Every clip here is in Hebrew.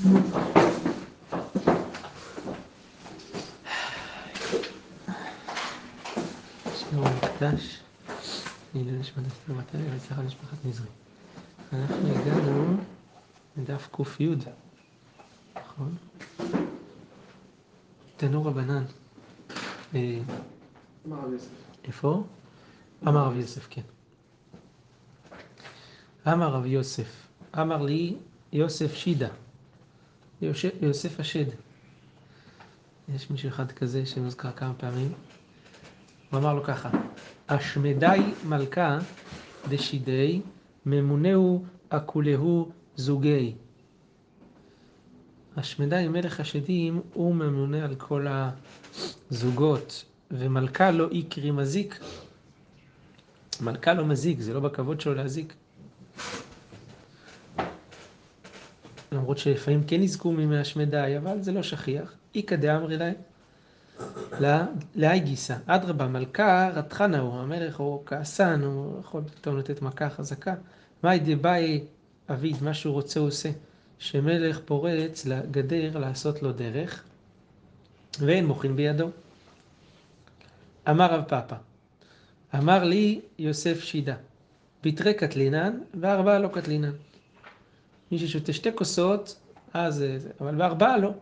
שיעור מקדש, לעילוי נשמת אסתר בת אלי והצלחה למשפחת נזרי. אנחנו הגענו לדף ק"י, נכון? תנו רבנן. אמר רב יוסף. איפה? אמר רב יוסף, כן. אמר רב יוסף, אמר לי יוסף שידה, יוסף השד. יש מישהו אחד כזה שמוזכר כמה פעמים. הוא אמר לו ככה: השמדי מלכה דשידי ממונהו אקולהו זוגי. השמדי מלך השדים הוא ממונה על כל הזוגות, ומלכה לא איקרי מזיק. מלכה לא מזיק, זה לא בכבוד שלו להזיק. למרות שלפעמים כן יזכו מהשמדי, אבל זה לא שכיח. איקא דאמרי להם. לאי גיסא, אדרבה, מלכה רתחנה הוא, המלך הוא כעסן, הוא יכול פתאום לתת מכה חזקה. מאי דבאי אביד, מה שהוא רוצה הוא עושה. שמלך פורץ לגדר לעשות לו דרך, ואין מוחין בידו. אמר רב פאפא, אמר לי יוסף שידה, ביתרי קטלינן וארבעה לא קטלינן. מי ששותה 2 כוסות, אז אבל בארבעה לא.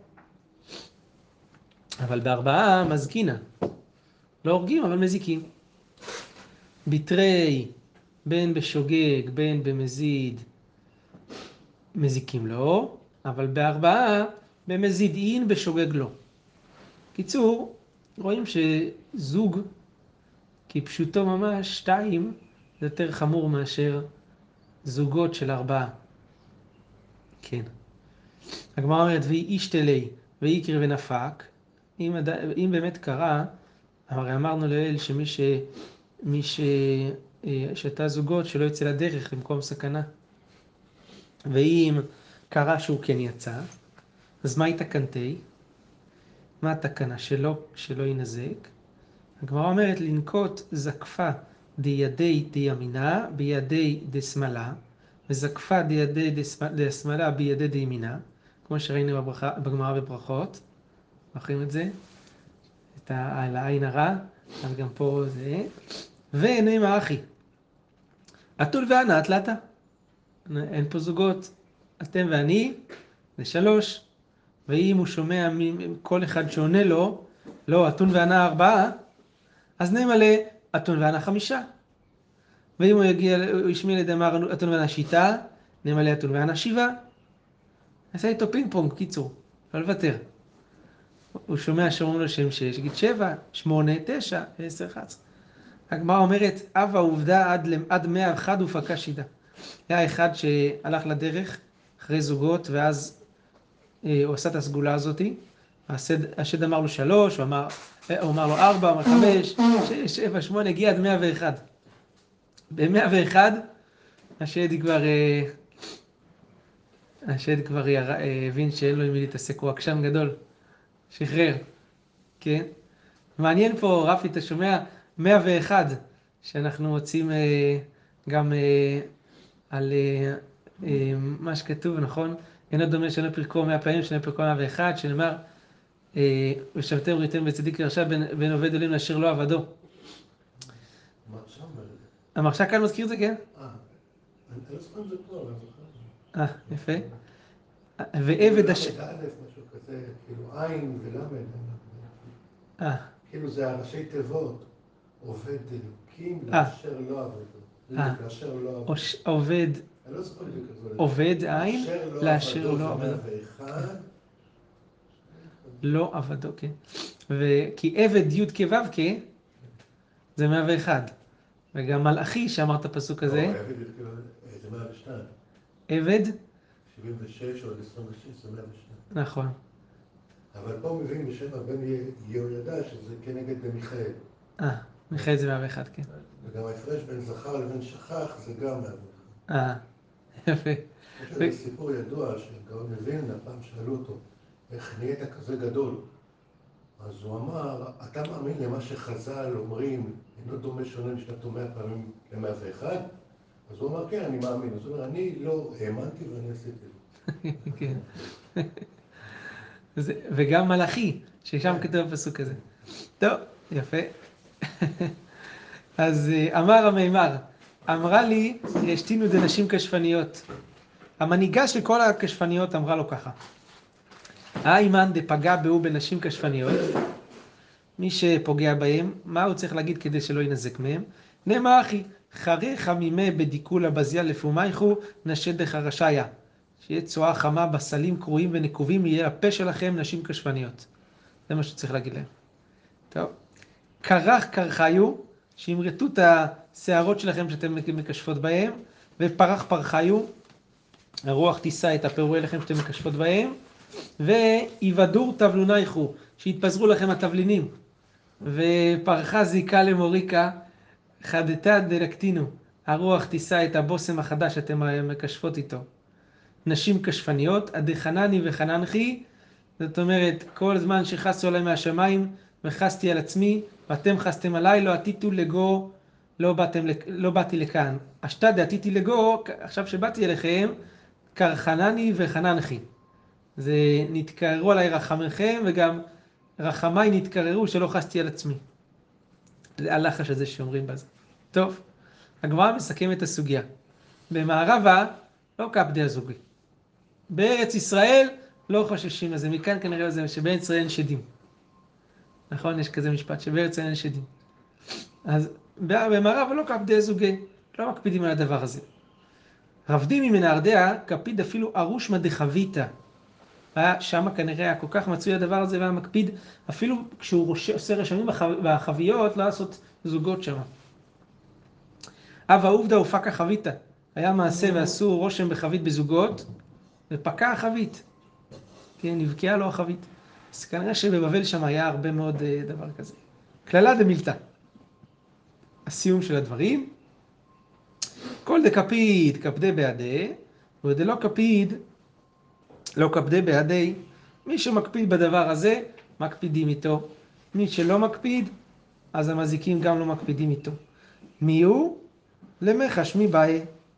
אבל בארבעה מזקינה. לא הורגים, אבל מזיקים. ביתרי, בין בשוגג, בין במזיד, מזיקים לו, אבל בארבעה במזידין בשוגג לו. קיצור, רואים שזוג, כפשוטו ממש, 2, זה יותר חמור מאשר זוגות של 4. כן. הגמרא אומרת, והיא אישתלי, ויקר ונפק. אם באמת קרה, הרי אמרנו לאל שמי ששתה זוגות שלא יצא לדרך במקום סכנה. ואם קרה שהוא כן יצא, אז מה תקנתי? מה התקנה? שלא ינזק. הגמרא אומרת לנקוט זקפה דידי דימינה בידי דשמאלה, וזקפה דידי דשמאלה בידי דימינה, כמו שראינו בגמרא בברכות. זוכרים את זה? על העין הרע, אז גם פה זה. ונאמר אחי, אתול ואנה תלתה. אין פה זוגות, אתם ואני, זה 3. ואם הוא שומע כל אחד שעונה לו, לא, אתון ואנה 4, אז נמלא אתון ואנה 5. ואם הוא ישמיע לדמר אתון ואנה 6, נמלא אתון ואנה 7. עשה איתו פינג פונג, קיצור, לא לוותר. הוא שומע שאומרים לו שם 6, יגיד 7, 8, 9, 10, 11. הגמרא אומרת, אב העובדה עד 101 הופקה שידה. היה אחד שהלך לדרך אחרי זוגות, ואז הוא עשה את הסגולה הזאת. השד אמר לו 3, הוא אמר לו 4, הוא אמר 5, 6, 7, 8, הגיע עד 101. ב-101 השד כבר הבין שאין לו עם מי להתעסק, הוא עקשן גדול, שחרר, כן? מעניין פה, רפי, אתה שומע 101, שאנחנו מוצאים גם על מה שכתוב, נכון? אינו דומה שאינו פרקו 100 פעמים, שאינו פרקו 101, שנאמר, ושבתם וראיתם בצדיק ירשע בין עובד עולים לאשר לא עבדו. המרשע כאן מזכיר את זה, כן? אני לא זוכר את זה פה, אבל יפה. ועבד משהו כזה, כאילו עין ולמד. כאילו זה הראשי תיבות, עובד אלוקים לאשר לא עבדו. לאשר לא עבדו. עובד, אני לא זוכר בדיוק את זה. עובד עין, לאשר לא עבדו. זה 101. לא עבדו, כן. כי עבד י' כו' כ' זה 101. וגם מלאכי שאמרת הפסוק הזה. לא, עבד י' כו' זה 102. עבד? 76 או 26 זה 102. נכון. אבל פה מביאים בשם הבן יהוידע שזה כנגד מיכאל. מיכאל זה 101, כן. וגם ההפרש בין זכר לבין שכח זה גם 101. יפה. יש איזה סיפור ידוע שגאון מווילנה, פעם שאלו אותו, איך נהיית כזה גדול? אז הוא אמר, אתה מאמין למה שחז"ל אומרים, אינו דומה שונה משנתו 100 פעמים ל-101? אז הוא אמר, כן, אני מאמין. אז הוא אומר, אני לא האמנתי ואני עשיתי את זה. כן. וגם מלאכי, ששם כתוב הפסוק הזה. טוב, יפה. אז אמר המימר, אמרה לי, השתינו דנשים כשפניות. המנהיגה של כל הכשפניות אמרה לו ככה, האימן דפגע בהו בנשים כשפניות, מי שפוגע בהם, מה הוא צריך להגיד כדי שלא ינזק מהם? נאמר אחי, חריך מימי בדיקולה בזיה לפומייכו נשד דחרשיה. שיהיה צואה חמה, בסלים קרועים ונקובים, יהיה הפה שלכם נשים כשפניות. זה מה שצריך להגיד להם. טוב. קרח קרחיו, שימרטו את השערות שלכם שאתם מקשפות בהם, ופרח פרחיו, הרוח תישא את הפירורי לכם שאתם מקשפות בהם, ויוודור תבלונייכו, שיתפזרו לכם התבלינים, ופרחה זיקה למוריקה, חדתה דלקטינו, הרוח תישא את הבוסם החדש שאתם מקשפות איתו. נשים כשפניות, הדחנני וחננחי, זאת אומרת, כל זמן שחסו עליי מהשמיים, וחסתי על עצמי, ואתם חסתם עליי, לא עתיתו לגו, לא באתי לכאן. אשתד עתיתי לגו, עכשיו שבאתי אליכם, קרחנני וחננחי. זה נתקררו עליי רחמכם, וגם רחמיי נתקררו שלא חסתי על עצמי. זה הלחש הזה שאומרים בזה. טוב, הגמרא מסכם את הסוגיה. במערבה, לא קפדי הזוגי. בארץ ישראל, לא חוששים לזה. מכאן כנראה זה שבארץ ישראל אין שדים. נכון? יש כזה משפט שבארץ ישראל אין שדים. אז במערבה לא קפדי הזוגי. לא מקפידים על הדבר הזה. רבדים ממנהרדיה, קפיד אפילו ארושמא דחביתא. שם כנראה היה כל כך מצוי הדבר הזה והיה מקפיד, אפילו כשהוא עושה רשמים בחביות, לא לעשות זוגות שם. אבא עובדא ופקה חביתא. היה מעשה ועשו רושם בחבית בזוגות, ופקה החבית. כן, נבקיעה לו החבית. אז כנראה שבבבל שם היה הרבה מאוד דבר כזה. כללה דמילתא. הסיום של הדברים. כל דקפיד קפדי בעדי, ודלא קפיד לא קפדי בעדי. מי שמקפיד בדבר הזה, מקפידים איתו. מי שלא מקפיד, אז המזיקים גם לא מקפידים איתו. מי הוא? למחש מבעי.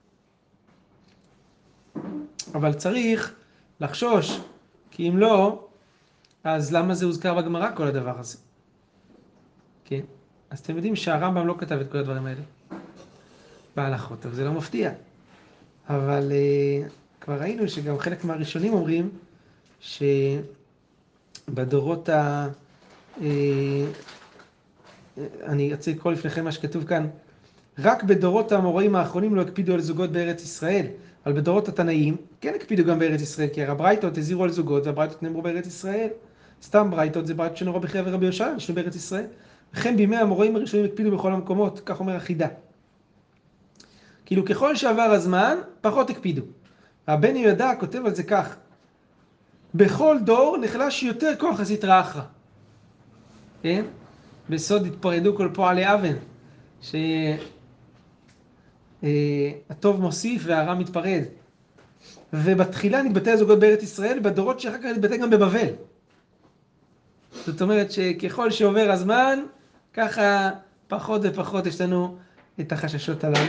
אבל צריך לחשוש, כי אם לא, אז למה זה הוזכר בגמרא כל הדבר הזה? כן? אז אתם יודעים שהרמב"ם לא כתב את כל הדברים האלה בהלכות, אבל זה לא מפתיע. אבל כבר ראינו שגם חלק מהראשונים אומרים שבדורות אני רוצה לקרוא לפניכם מה שכתוב כאן, רק בדורות האמוראים האחרונים לא הקפידו על זוגות בארץ ישראל, אבל בדורות התנאים כן הקפידו גם בארץ ישראל, כי הברייתות הזהירו על זוגות והברייתות נאמרו בארץ ישראל. סתם ברייתות זה ברייתות שנורא בחייא ורבי יושע, יש בארץ ישראל. וכן בימי האמוראים הראשונים הקפידו בכל המקומות, כך אומר החידה. כאילו ככל שעבר הזמן, פחות הקפידו. הבן יהודה כותב על זה כך, בכל דור נחלש יותר כוח הסטרא אחרא. כן? בסוד התפרדו כל פועלי אבן, שהטוב מוסיף והרע מתפרד. ובתחילה נתבטא הזוגות בארץ ישראל, בדורות שאחר כך נתבטא גם בבבל. זאת אומרת שככל שעובר הזמן, ככה פחות ופחות יש לנו את החששות הללו.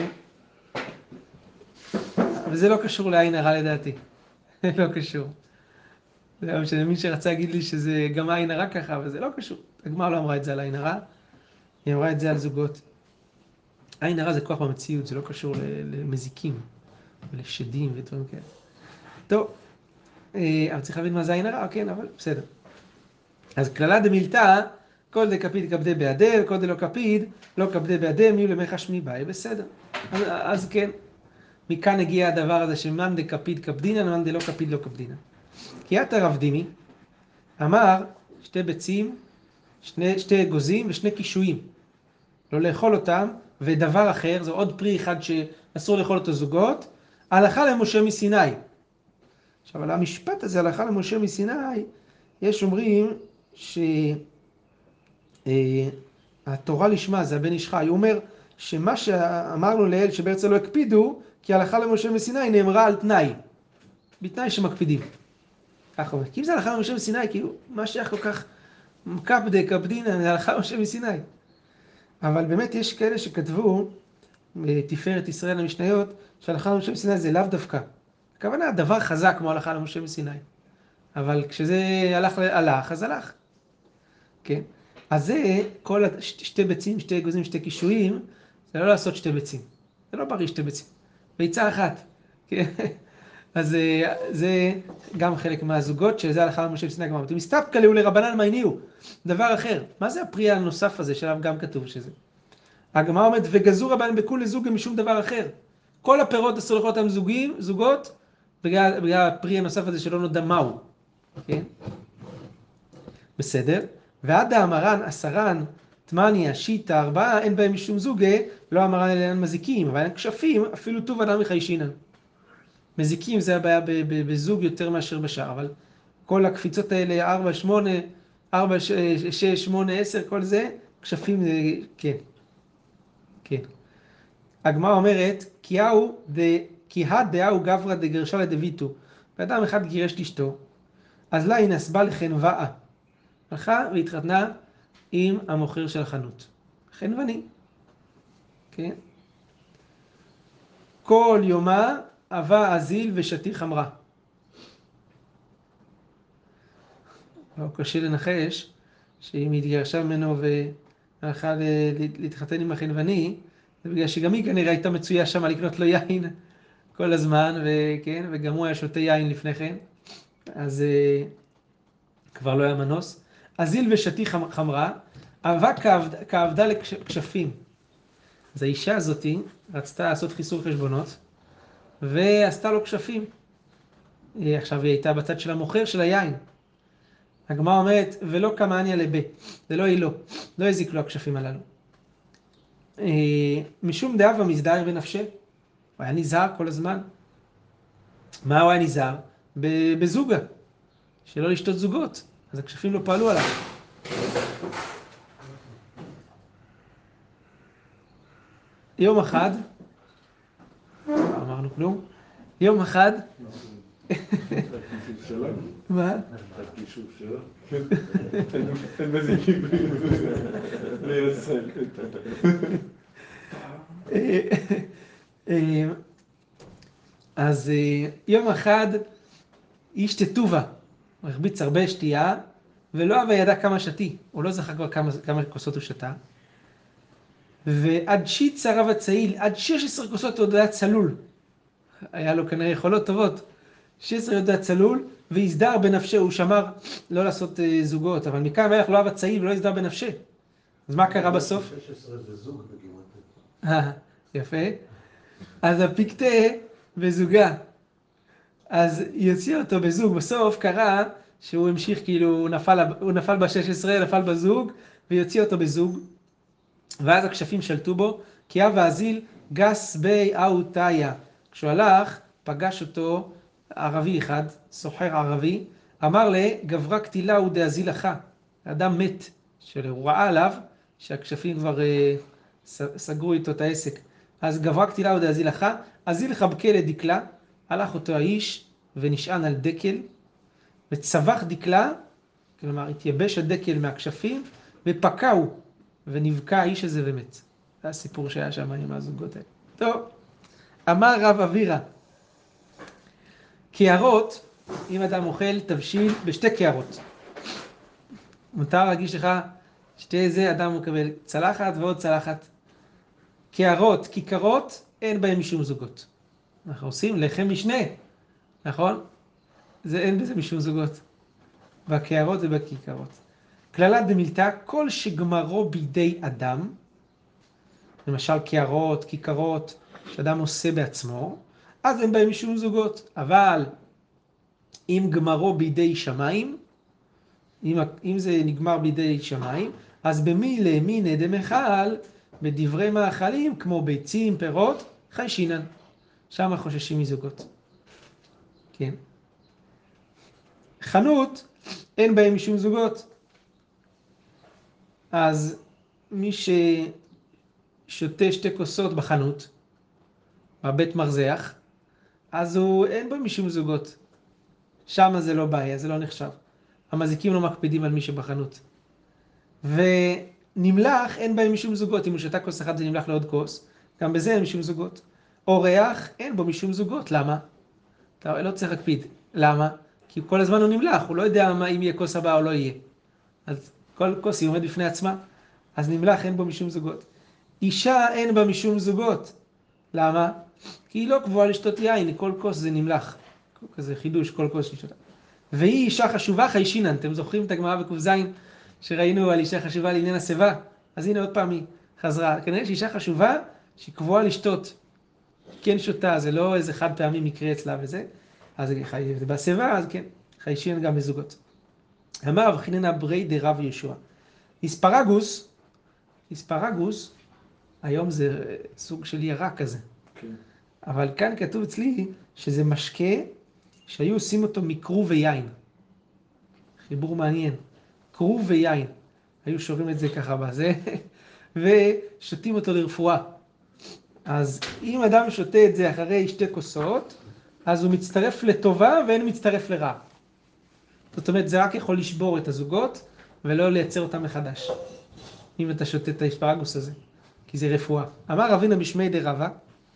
וזה לא קשור לעין הרע לדעתי. לא קשור. זה היה משנה, מי שרצה להגיד לי שזה גם העין הרע ככה, אבל זה לא קשור. הגמרא לא אמרה את זה על העין הרע, היא אמרה את זה על זוגות. העין הרע זה כוח במציאות, זה לא קשור למזיקים, ולשדים ודברים כאלה. טוב, אבל צריך להבין מה זה העין הרע, כן, אבל בסדר. אז כללה דמילתא, כל דקפיד קפדי בעדי, וכל דלא קפיד, לא קפדי בעדי, מי למחש מבעי, בסדר. אז כן, מכאן הגיע הדבר הזה שמאן דקפיד קפדינן, מאן דלא קפיד לא קפדינן. כי את הרב דימי אמר שתי ביצים, שתי אגוזים ושני קישואים. לא לאכול אותם, ודבר אחר, זה עוד פרי אחד שאסור לאכול אותו זוגות, הלכה למשה מסיני. עכשיו, על המשפט הזה, הלכה למשה מסיני, יש אומרים שהתורה לשמה, זה הבן איש חי, הוא אומר שמה שאמרנו לאל שבארץ לא הקפידו, כי הלכה למשה מסיני נאמרה על תנאי, בתנאי שמקפידים. ככה אומר, כי אם זה הלכה למשה מסיני, כאילו, מה שייך כל כך קפדי, קפדינן, זה הלכה למשה מסיני. אבל באמת יש כאלה שכתבו, תפארת ישראל המשניות, שההלכה למשה מסיני זה לאו דווקא. הכוונה, דבר חזק כמו הלכה למשה מסיני. אבל כשזה הלך, אז הלך. כן? אז זה, שתי ביצים, שתי אגוזים, שתי קישואים, זה לא לעשות שתי ביצים. זה לא בריא שתי ביצים. ביצה אחת. כן? אז זה גם חלק מהזוגות, שזה הלכה למשה לפני הגמרא. מסתפקא להו לרבנן מעניהו. דבר אחר. מה זה הפרי הנוסף הזה, שעליו גם כתוב שזה? הגמרא אומרת, וגזור רבנן בכולי זוגה משום דבר אחר. כל הפירות אסור לאכול אותם זוגות, בגלל הפרי הנוסף הזה שלא נודע מהו. כן? בסדר? ועד האמרן, עשרן, תמניה, שיטה, ארבעה, אין בהם משום זוגה, לא אמרן אלא אין מזיקים, אבל אין כשפים, אפילו טוב אדם מחיישינן. מזיקים זה הבעיה בזוג יותר מאשר בשאר, אבל כל הקפיצות האלה, 4, 8, 4, 6, 8, 10, כל זה, כשפים זה, כן. כן. הגמרא אומרת, כי הדאהו גברא דגרשה לדביטו, ואדם אחד גירש את אשתו, אז לה היא נסבה לחנוואה. הלכה והתחתנה עם המוכר של החנות. חנווני. כן? כל יומה אבה אזיל ושתי חמרה. לא קשה לנחש שאם היא התגרשה ממנו והלכה להתחתן עם החנווני, זה בגלל שגם היא כנראה הייתה מצויה שם לקנות לו יין כל הזמן, וכן, וגם הוא היה שותה יין לפני כן, אז כבר לא היה מנוס. אזיל ושתי חמרה, אהבה כעבדה לכשפים. אז האישה הזאת רצתה לעשות חיסור חשבונות, ועשתה לו כשפים. עכשיו היא הייתה בצד של המוכר של היין. הגמרא אומרת, ולא כמאניה לבה, זה לא היא לא הזיק לו הכשפים הללו. משום דאבה מזדהר בנפשה, הוא היה נזהר כל הזמן. מה הוא היה נזהר? בזוגה, שלא לשתות זוגות, אז הכשפים לא פעלו עליו. יום אחד, לא אמרנו כלום, יום אחד, מה? הכישוף שלו? אין בזה גיבוי. אז יום אחד איש תטובה, הוא הרביץ הרבה שתייה, ולא אבל ידע כמה שתי, הוא לא זכר כבר כמה כוסות הוא שתה. ועד שיצה רב הצעיל, עד 16 כוסות הוא היה צלול. היה לו כנראה יכולות טובות. 16 יודע צלול, והסדר בנפשה, הוא שמר לא לעשות זוגות, אבל מכאן מלך לא אהב הצעיל ולא הסדר בנפשה. אז מה קרה בסוף? 16 זה זוג בגימטריה. יפה. אז הפיקטה בזוגה. אז יוציא אותו בזוג. בסוף קרה שהוא המשיך כאילו, הוא נפל ב-16, נפל בזוג, ויוציא אותו בזוג. ואז הכשפים שלטו בו, כי אב האזיל גס בי אאוטאיה. כשהוא הלך, פגש אותו ערבי אחד, סוחר ערבי, אמר לי, גברה קטילה הוא דאזיל לך. האדם מת, שהוא ראה עליו שהכשפים כבר סגרו איתו את העסק. אז גברה קטילה הוא דאזיל לך, אזיל לך בכלא דקלה, הלך אותו האיש ונשען על דקל, וצבח דקלה, כלומר התייבש הדקל מהכשפים, ופקעו, ונבקע האיש הזה ומת. זה הסיפור שהיה שם עם הזוגות האלה. טוב, אמר רב אבירה, קערות, אם אתה אוכל תבשיל בשתי קערות. מותר להגיש לך שתי זה, אדם מקבל צלחת ועוד צלחת. קערות, כיכרות, אין בהם משום זוגות. אנחנו עושים לחם משנה, נכון? אין בזה משום זוגות. בקערות ובכיכרות. כללה דמילתא, כל שגמרו בידי אדם, למשל קערות, כיכרות, שאדם עושה בעצמו, אז אין בהם משום זוגות. אבל אם גמרו בידי שמיים, אם זה נגמר בידי שמיים, אז במילה מיניה דמאכל, בדברי מאכלים, כמו ביצים, פירות, חיישינן. שם חוששים מזוגות. כן. חנות, אין בהם משום זוגות. אז מי ששותה שתי כוסות בחנות, בבית מרזח, אז אין בו משום זוגות. שם זה לא בעיה, זה לא נחשב. המזיקים לא מקפידים על מי שבחנות. ונמלח, אין בהם משום זוגות. אם הוא שתה כוס אחת זה נמלח לעוד כוס, גם בזה אין משום זוגות. אורח, אין בו משום זוגות. למה? אתה לא צריך להקפיד. למה? כי כל הזמן הוא נמלח, הוא לא יודע אם יהיה כוס הבאה או לא יהיה. אז כל כוס היא עומד בפני עצמה, אז נמלח אין בו משום זוגות. אישה אין בה משום זוגות. למה? כי היא לא קבועה לשתות יין, כל כוס זה נמלח. כזה חידוש, כל כוס לשתות. והיא אישה חשובה חיישינן. אתם זוכרים את הגמרא בק"ז שראינו על אישה חשובה לעניין השיבה? אז הנה עוד פעם היא חזרה. כנראה שאישה חשובה שהיא קבועה לשתות. כן שותה, זה לא איזה חד פעמי מקרה אצלה וזה. אז זה בשיבה, אז כן, חיישינן גם בזוגות. אמר רב חנינא ברי דרב יהושע. אספרגוס, היום זה סוג של ירק כזה. כן. אבל כאן כתוב אצלי שזה משקה שהיו עושים אותו מכרוב ויין. חיבור מעניין. כרוב ויין. היו שורים את זה ככה בזה, ושותים אותו לרפואה. אז אם אדם שותה את זה אחרי 2 כוסות, אז הוא מצטרף לטובה ואין מצטרף לרע. זאת אומרת, זה רק יכול לשבור את הזוגות, ולא לייצר אותם מחדש. אם אתה שותה את האספרגוס הזה, כי זה רפואה. אמר רבינה בשמי דרבה,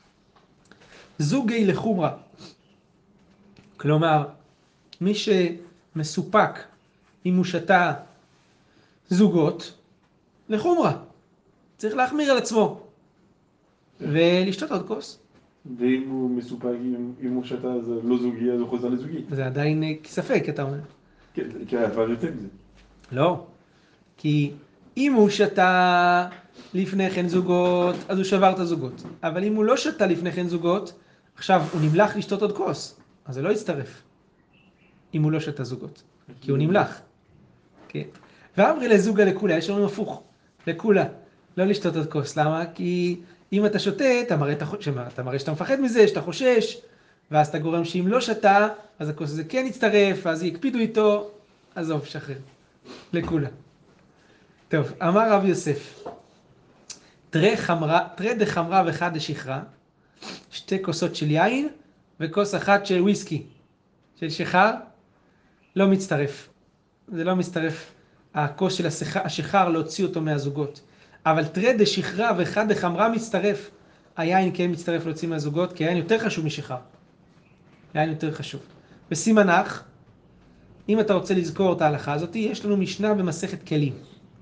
זוגי לחומרה. כלומר, מי שמסופק אם הוא שתה זוגות, לחומרה. צריך להחמיר על עצמו. ולשתות עוד כוס. ואם הוא מסופק, אם הוא שתה זה לא זוגי, אז הוא חוזר לזוגי. זה עדיין ספק, אתה אומר. כן, כי הדבר יוצא מזה. לא. כי אם הוא שתה לפני כן זוגות, אז הוא שבר את הזוגות. אבל אם הוא לא שתה לפני כן זוגות, עכשיו הוא נמלח לשתות עוד כוס. אז זה לא יצטרף. אם הוא לא שתה זוגות. כי הוא נמלח. כן. ואמרי לזוגה לכולה, יש לנו הפוך. לכולה. לא לשתות עוד כוס. למה? כי אם אתה שותה, אתה מראה שאתה מפחד מזה, שאתה חושש, ואז אתה גורם שאם לא שתה, אז הכוס הזה כן יצטרף, אז יקפידו איתו, עזוב, שחרר. לכולה. טוב, אמר רב יוסף, תרי דחמרה וחד דשכרה, 2 כוסות של יין וכוס אחת של וויסקי, של שחר, לא מצטרף. זה לא מצטרף, הכוס של השחר להוציא אותו מהזוגות. אבל תרי דשכרה וחד דחמרה מצטרף. היין כן מצטרף להוציא מהזוגות, כי היין יותר חשוב משחר. היין יותר חשוב. בסימנך, אם אתה רוצה לזכור את ההלכה הזאת, יש לנו משנה במסכת כלים.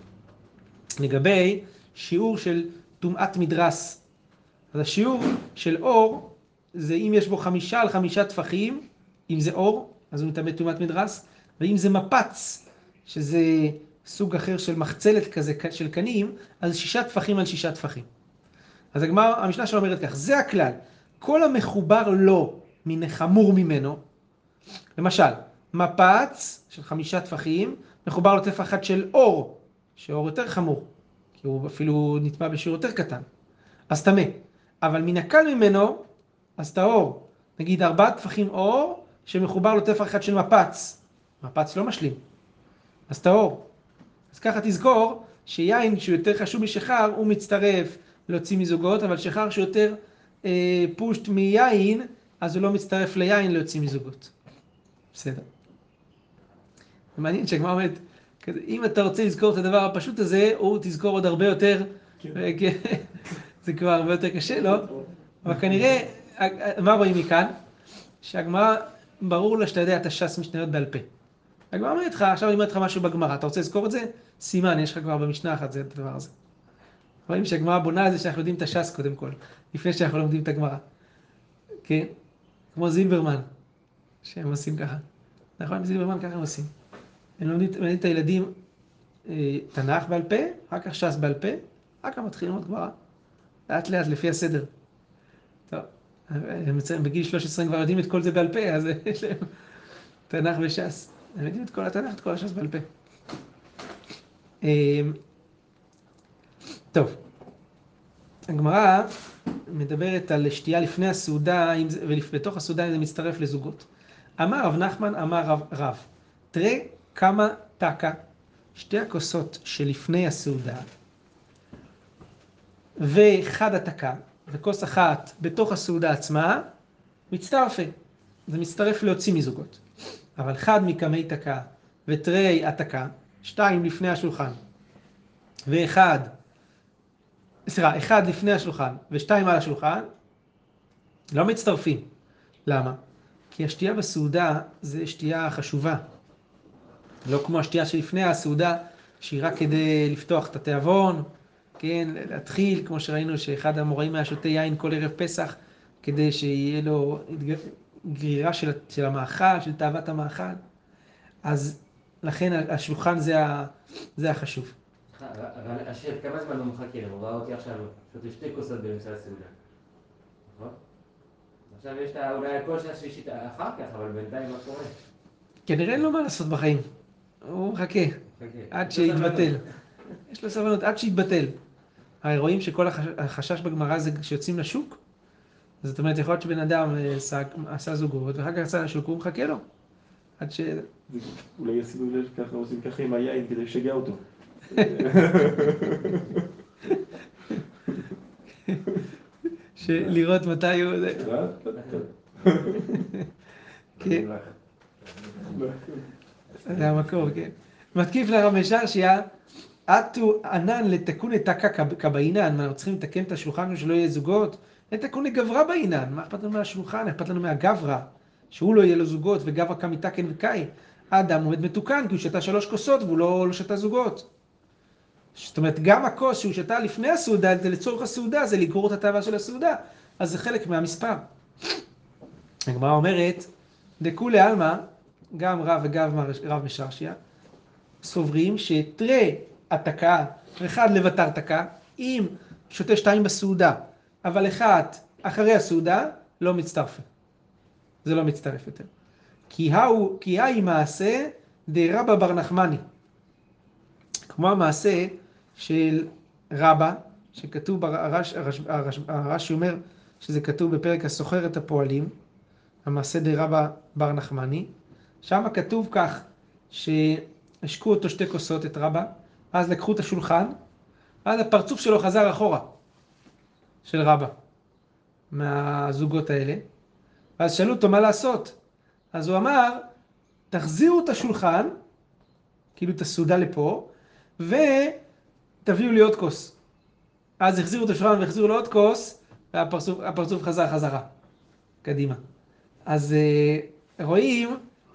לגבי שיעור של טומאת מדרס. אז השיעור של אור, זה אם יש בו 5 על 5 טפחים, אם זה אור, אז הוא מטמא טומאת מדרס, ואם זה מפץ, שזה סוג אחר של מחצלת כזה של קנים, אז 6 טפחים על 6 טפחים. אז המשנה שלו אומרת כך, זה הכלל, כל המחובר לו מן חמור ממנו, למשל, מפץ של 5 טפחים, מחובר לו טפח אחד של אור, שאור יותר חמור, כי הוא אפילו נטמע בשיעור יותר קטן, אז טמא. אבל מן הקל ממנו, אז טהור. נגיד 4 טפחים אור, שמחובר לו טפח אחד של מפץ. מפץ לא משלים, אז טהור. אז ככה תזכור שיין שהוא יותר חשוב משחר, הוא מצטרף להוציא מזוגות, אבל שחר שהוא יותר פושט מיין, אז הוא לא מצטרף ליין להוציא מזוגות. בסדר. זה מעניין שהגמרא אומרת, אם אתה רוצה לזכור את הדבר הפשוט הזה, הוא תזכור עוד הרבה יותר, זה כבר הרבה יותר קשה, לא? אבל כנראה, מה רואים מכאן? שהגמרא, ברור לה שאתה יודע את הש"ס משניות בעל פה. הגמרא אומרת לך, עכשיו אני אומר לך משהו בגמרא, אתה רוצה לזכור את זה? סימן, יש לך כבר במשנה אחת, זה הדבר הזה. רואים שהגמרא בונה על זה שאנחנו יודעים את הש"ס קודם כל, לפני שאנחנו לומדים את הגמרא. כן? כמו זילברמן, שהם עושים ככה. נכון, זילברמן ככה הם עושים. הם לומדים את הילדים תנ"ך בעל פה, אחר כך ש"ס בעל פה, אחר כך מתחילים ללמוד גמרא. לאט לאט, לפי הסדר. טוב, בגיל 13 כבר יודעים את כל זה בעל פה, אז יש להם תנ"ך וש"ס. הם יודעים את כל התנ"ך, את כל הש"ס בעל פה. טוב, הגמרא מדברת על שתייה לפני הסעודה, ובתוך הסעודה זה מצטרף לזוגות. אמר רב נחמן, אמר רב, תראה כמה תקה, 2 הכוסות שלפני הסעודה, ואחד התקה, וכוס אחת בתוך הסעודה עצמה, מצטרפה. זה מצטרף להוציא מזוגות. אבל אחד מקמי תקה ותרי התקה, 2 לפני השולחן, אחד לפני השולחן ו2 על השולחן, לא מצטרפים. למה? כי השתייה בסעודה זה שתייה חשובה. לא כמו השתייה שלפני הסעודה, שהיא רק כדי לפתוח את התיאבון, כן, להתחיל, כמו שראינו שאחד המוראים היה שותה יין כל ערב פסח, כדי שיהיה לו גרירה של המאכל, של תאוות המאכל. אז לכן השולחן זה החשוב. אבל השם, כמה זמן הוא מחכה? הוא ראה אותי עכשיו, שותה 2 כוסות באמצע הסעודה. נכון? עכשיו יש אולי הכוס השלישית אחר כך, אבל בינתיים מה קורה? כנראה אין לו מה לעשות בחיים. הוא מחכה, עד שיתבטל. יש לו סבלנות, עד שיתבטל. הרי רואים שכל החשש בגמרא זה שיוצאים לשוק. זאת אומרת, יכול להיות שבן אדם עשה זוגות, ואחר כך יצא לשוק, הוא מחכה לו. עד ש... אולי ישימו לב ככה, עושים ככה עם היין כדי לשגע אותו. לראות מתי הוא... כן. זה המקור, כן. מתקיף לרבי שרשיה, עטו ענן לתקון את תקה כבעינן. אנחנו צריכים לתקן את השולחן שלא יהיה זוגות? לתקון לגברה בעינן. מה אכפת לנו מהשולחן? אכפת לנו מהגברה. שהוא לא יהיה לו זוגות וגברה כמיתקן וקאי. האדם עומד מתוקן כי הוא שתה 3 כוסות והוא לא שתה זוגות. זאת אומרת, גם הכוס שהוא שתה לפני הסעודה, זה לצורך הסעודה, זה לגרור את התאווה של הסעודה. אז זה חלק מהמספר. הגמרא אומרת, דכולי עלמא, גם רב וגם רב משרשיה, סוברים שתרי התקה, אחד לבטר תקה, אם שותה 2 בסעודה, אבל 1 אחרי הסעודה, לא מצטרפה. זה לא מצטרף יותר. כי היא מעשה דרבא בר נחמני. כמו המעשה של רבא, שכתוב, הרש"י אומר שזה כתוב בפרק הסוחר את הפועלים, המעשה דרבא בר נחמני. שם כתוב כך, שהשקו אותו 2 כוסות את רבא, אז לקחו את השולחן, אז הפרצוף שלו חזר אחורה, של רבא, מהזוגות האלה. ואז שאלו אותו מה לעשות. אז הוא אמר, תחזירו את השולחן, כאילו את הסעודה לפה, ותביאו לי עוד כוס. אז החזירו את השולחן והחזירו לו עוד כוס, והפרצוף חזר חזרה, קדימה. אז רואים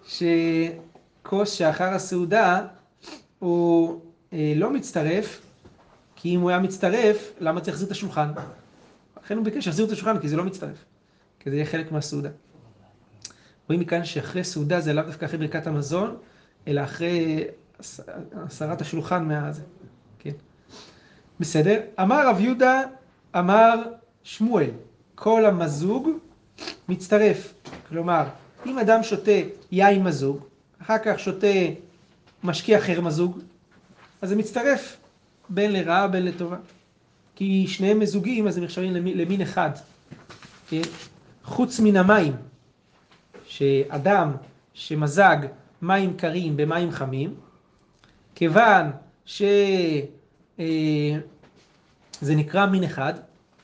שכוס שאחר הסעודה הוא לא מצטרף, כי אם הוא היה מצטרף, למה צריך להחזיר את השולחן? לכן הוא ביקש להחזיר את השולחן, כי זה לא מצטרף, כי זה יהיה חלק מהסעודה. רואים מכאן שאחרי סעודה זה לאו דווקא אחרי ברכת המזון, אלא אחרי הסרת השולחן מהזה. כן. בסדר. אמר רב יהודה, אמר שמואל, כל המזוג מצטרף. כלומר, אם אדם שותה יין מזוג, אחר כך שותה משקה אחר מזוג, אז זה מצטרף בין לרעה בין לטובה. כי שניהם מזוגים, אז הם נחשבים למין אחד. כן? חוץ מן המים, שאדם שמזג מים קרים במים חמים, כיוון שזה נקרא מין אחד,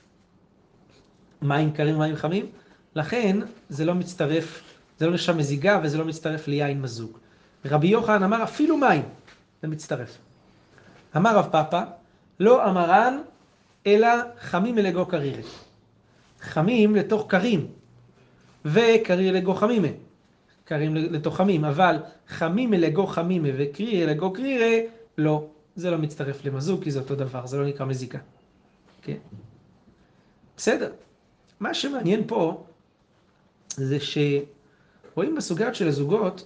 מים קרים ומים חמים, לכן זה לא מצטרף, זה לא נחשב מזיגה וזה לא מצטרף ליין מזוג. רבי יוחנן אמר אפילו מים, זה מצטרף. אמר רב פאפא, לא אמרן אלא חמים אלגו קרירה. חמים לתוך קרים, וקריר לגו חמימה. קרים לתוך חמים, אבל חמים אלגו חמימה וקריר אלגו קרירה, לא, זה לא מצטרף למזוג, כי זה אותו דבר, זה לא נקרא מזיקה. כן? בסדר. מה שמעניין פה, זה שרואים בסוגיות של הזוגות,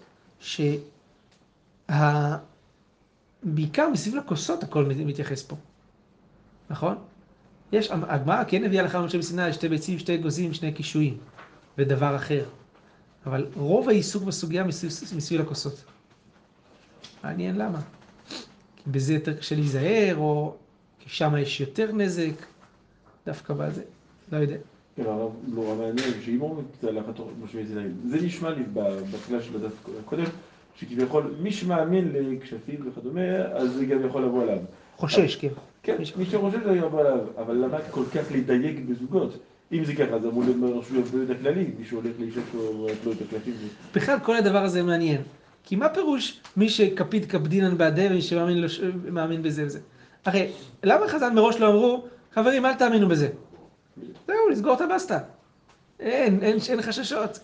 בעיקר מסביב לכוסות הכל מתייחס פה. נכון? יש, הגמרא כן הביאה לך משה מסיני 2 ביצים, 2 אגוזים, 2 קישואים, ודבר אחר. אבל רוב העיסוק בסוגיה מסביב לכוסות. מעניין למה. כי בזה יותר קשה להיזהר, או כי שם יש יותר נזק, דווקא בזה, לא יודע. כן, הרב נורא מעניין, שאם אומרים קצת להלכת משה מסיני, זה נשמע לי בתחילה של הדף הקודם, שכביכול מי שמאמין לכשפים וכדומה, אז זה גם יכול לבוא עליו. חושש, כן. כן, מי שחושב זה יבוא עליו, אבל למה כל כך לדייק בזוגות? אם זה ככה, זה אמור להיות משהו יותר כללי, מי שהולך לאישה שלו לא יותר קלפים. בכלל כל הדבר הזה מעניין. כי מה פירוש מי שקפיד קפדינן בעדה ומי שמאמין בזה וזה? הרי למה חז"ל מראש לא אמרו, חברים אל תאמינו בזה? זהו, לסגור את הבסטה. אין חששות.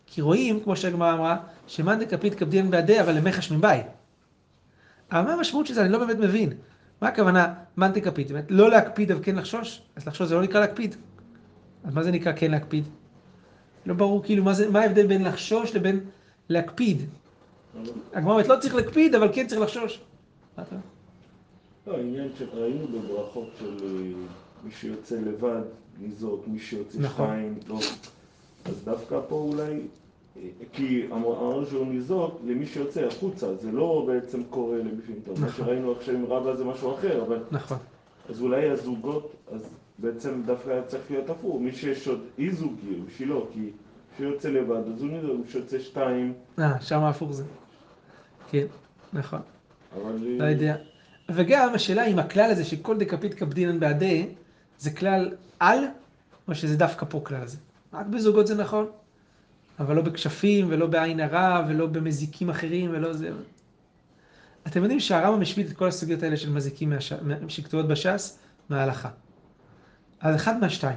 כי רואים, כמו שהגמרא אמרה, שמאן דקפיד קפדין בעדי, אבל למחש מבית. אבל מה המשמעות של זה? אני לא באמת מבין. מה הכוונה מאן דקפיד? זאת אומרת, לא להקפיד אבל כן לחשוש? אז לחשוש זה לא נקרא להקפיד. אז מה זה נקרא כן להקפיד? לא ברור כאילו מה ההבדל בין לחשוש לבין להקפיד. הגמרא אומרת, לא צריך להקפיד, אבל כן צריך לחשוש. מה אתה אומר? לא, העניין שראינו בברכות של מי שיוצא לבד, ניזוק, מי שיוצא נכון. שתיים, לא. אז דווקא פה אולי, כי אמרנו שהוא ניזוק למי שיוצא החוצה, זה לא בעצם קורה לבפנים. טוב, מה נכון. שראינו עכשיו עם רבא זה משהו אחר, אבל נכון. אז אולי הזוגות, אז בעצם דווקא היה צריך להיות הפוך, מי שיש עוד אי זוגי, בשבילו, כי שיוצא לבד, אז הוא ניזוק, מי שיוצא שתיים, שם הפוך זה. כן, נכון. אבל... לא יודע. וגם השאלה אם הכלל הזה שכל דקפיד קפדינן בעדי, זה כלל על, או שזה דווקא פה כלל הזה. רק בזוגות זה נכון, אבל לא בכשפים, ולא בעין הרע, ולא במזיקים אחרים, ולא זה. אתם יודעים שהרמב"ם משמיט את כל הסוגיות האלה של מזיקים שכתובות בש"ס, מההלכה. אז אחד מהשתיים.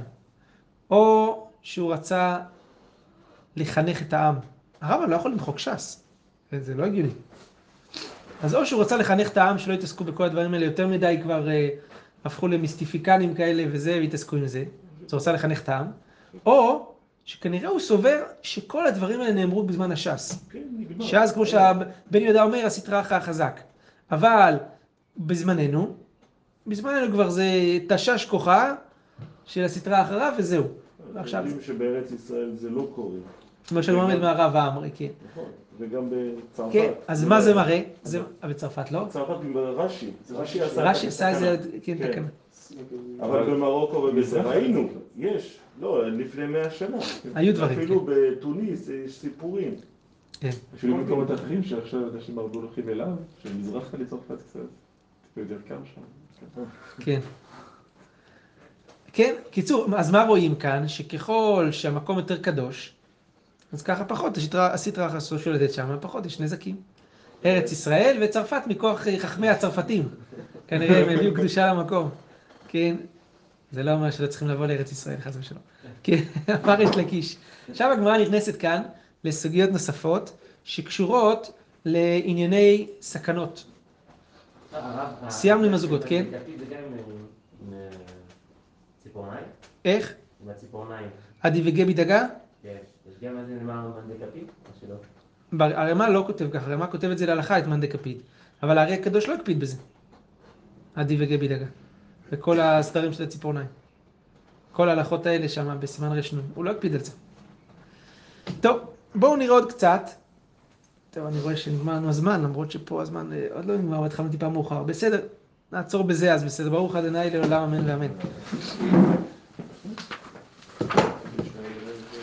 או שהוא רצה לחנך את העם. הרמב"ם לא יכול למחוק ש"ס. זה לא הגיוני. אז או שהוא רצה לחנך את העם שלא יתעסקו בכל הדברים האלה, יותר מדי כבר הפכו למיסטיפיקנים כאלה וזה, והתעסקו עם זה. אז הוא רצה לחנך את העם. או שכנראה הוא סובר שכל הדברים האלה נאמרו בזמן הש"ס. כן, נגמר. שאז כמו שבן יהודה אומר, הסטרא אחרא החזק. אבל בזמננו כבר זה תשש כוחה של הסטרא אחרא וזהו. אנחנו יודעים שבארץ ישראל זה לא קורה. כמו שגמר מהרב האמרי, כן. נכון, וגם בצרפת. כן, אז מה זה מראה? בצרפת לא? בצרפת עם רש"י. רש"י עשה איזה, כן, תקנה. אבל במרוקו ובזה ראינו, יש, לא, לפני 100 שנה. היו דברים, אפילו בתוניס יש סיפורים. כן. אפילו במקומות אחרים שעכשיו אנשים הרבה הולכים אליו, שמזרחה לצרפת קצת, יותר קר שם. כן. כן, קיצור, אז מה רואים כאן? שככל שהמקום יותר קדוש, אז ככה פחות, הסטרא אחרא שולטת שם, פחות יש נזקים. ארץ ישראל וצרפת מכוח חכמי הצרפתים. כנראה הם הביאו קדושה למקום. כן, זה לא אומר שלא צריכים לבוא לארץ ישראל, חס ושלום. כן, אמר יש לקיש. עכשיו הגמרא נכנסת כאן לסוגיות נוספות שקשורות לענייני סכנות. סיימנו עם הזוגות, כן? דקפיד זה גם עם ציפורניים? איך? עם הציפורניים. עדי וגבי דגה? כן. יש גם איזה נאמר מאן דקפיד? או שלא? הרמ"א לא כותב ככה, הרמ"א כותב את זה להלכה, את מאן דקפיד. אבל הארי הקדוש לא הקפיד בזה. עדי וגבי דגה. וכל הסדרים של הציפורניים. כל ההלכות האלה שם בסימן רשנון. הוא לא הקפיד על זה. טוב, בואו נראה עוד קצת. טוב, אני רואה שנגמר לנו הזמן, למרות שפה הזמן עוד לא נגמר, התחלנו טיפה מאוחר. בסדר, נעצור בזה אז, בסדר. ברוך ה' לעולם אמן ואמן.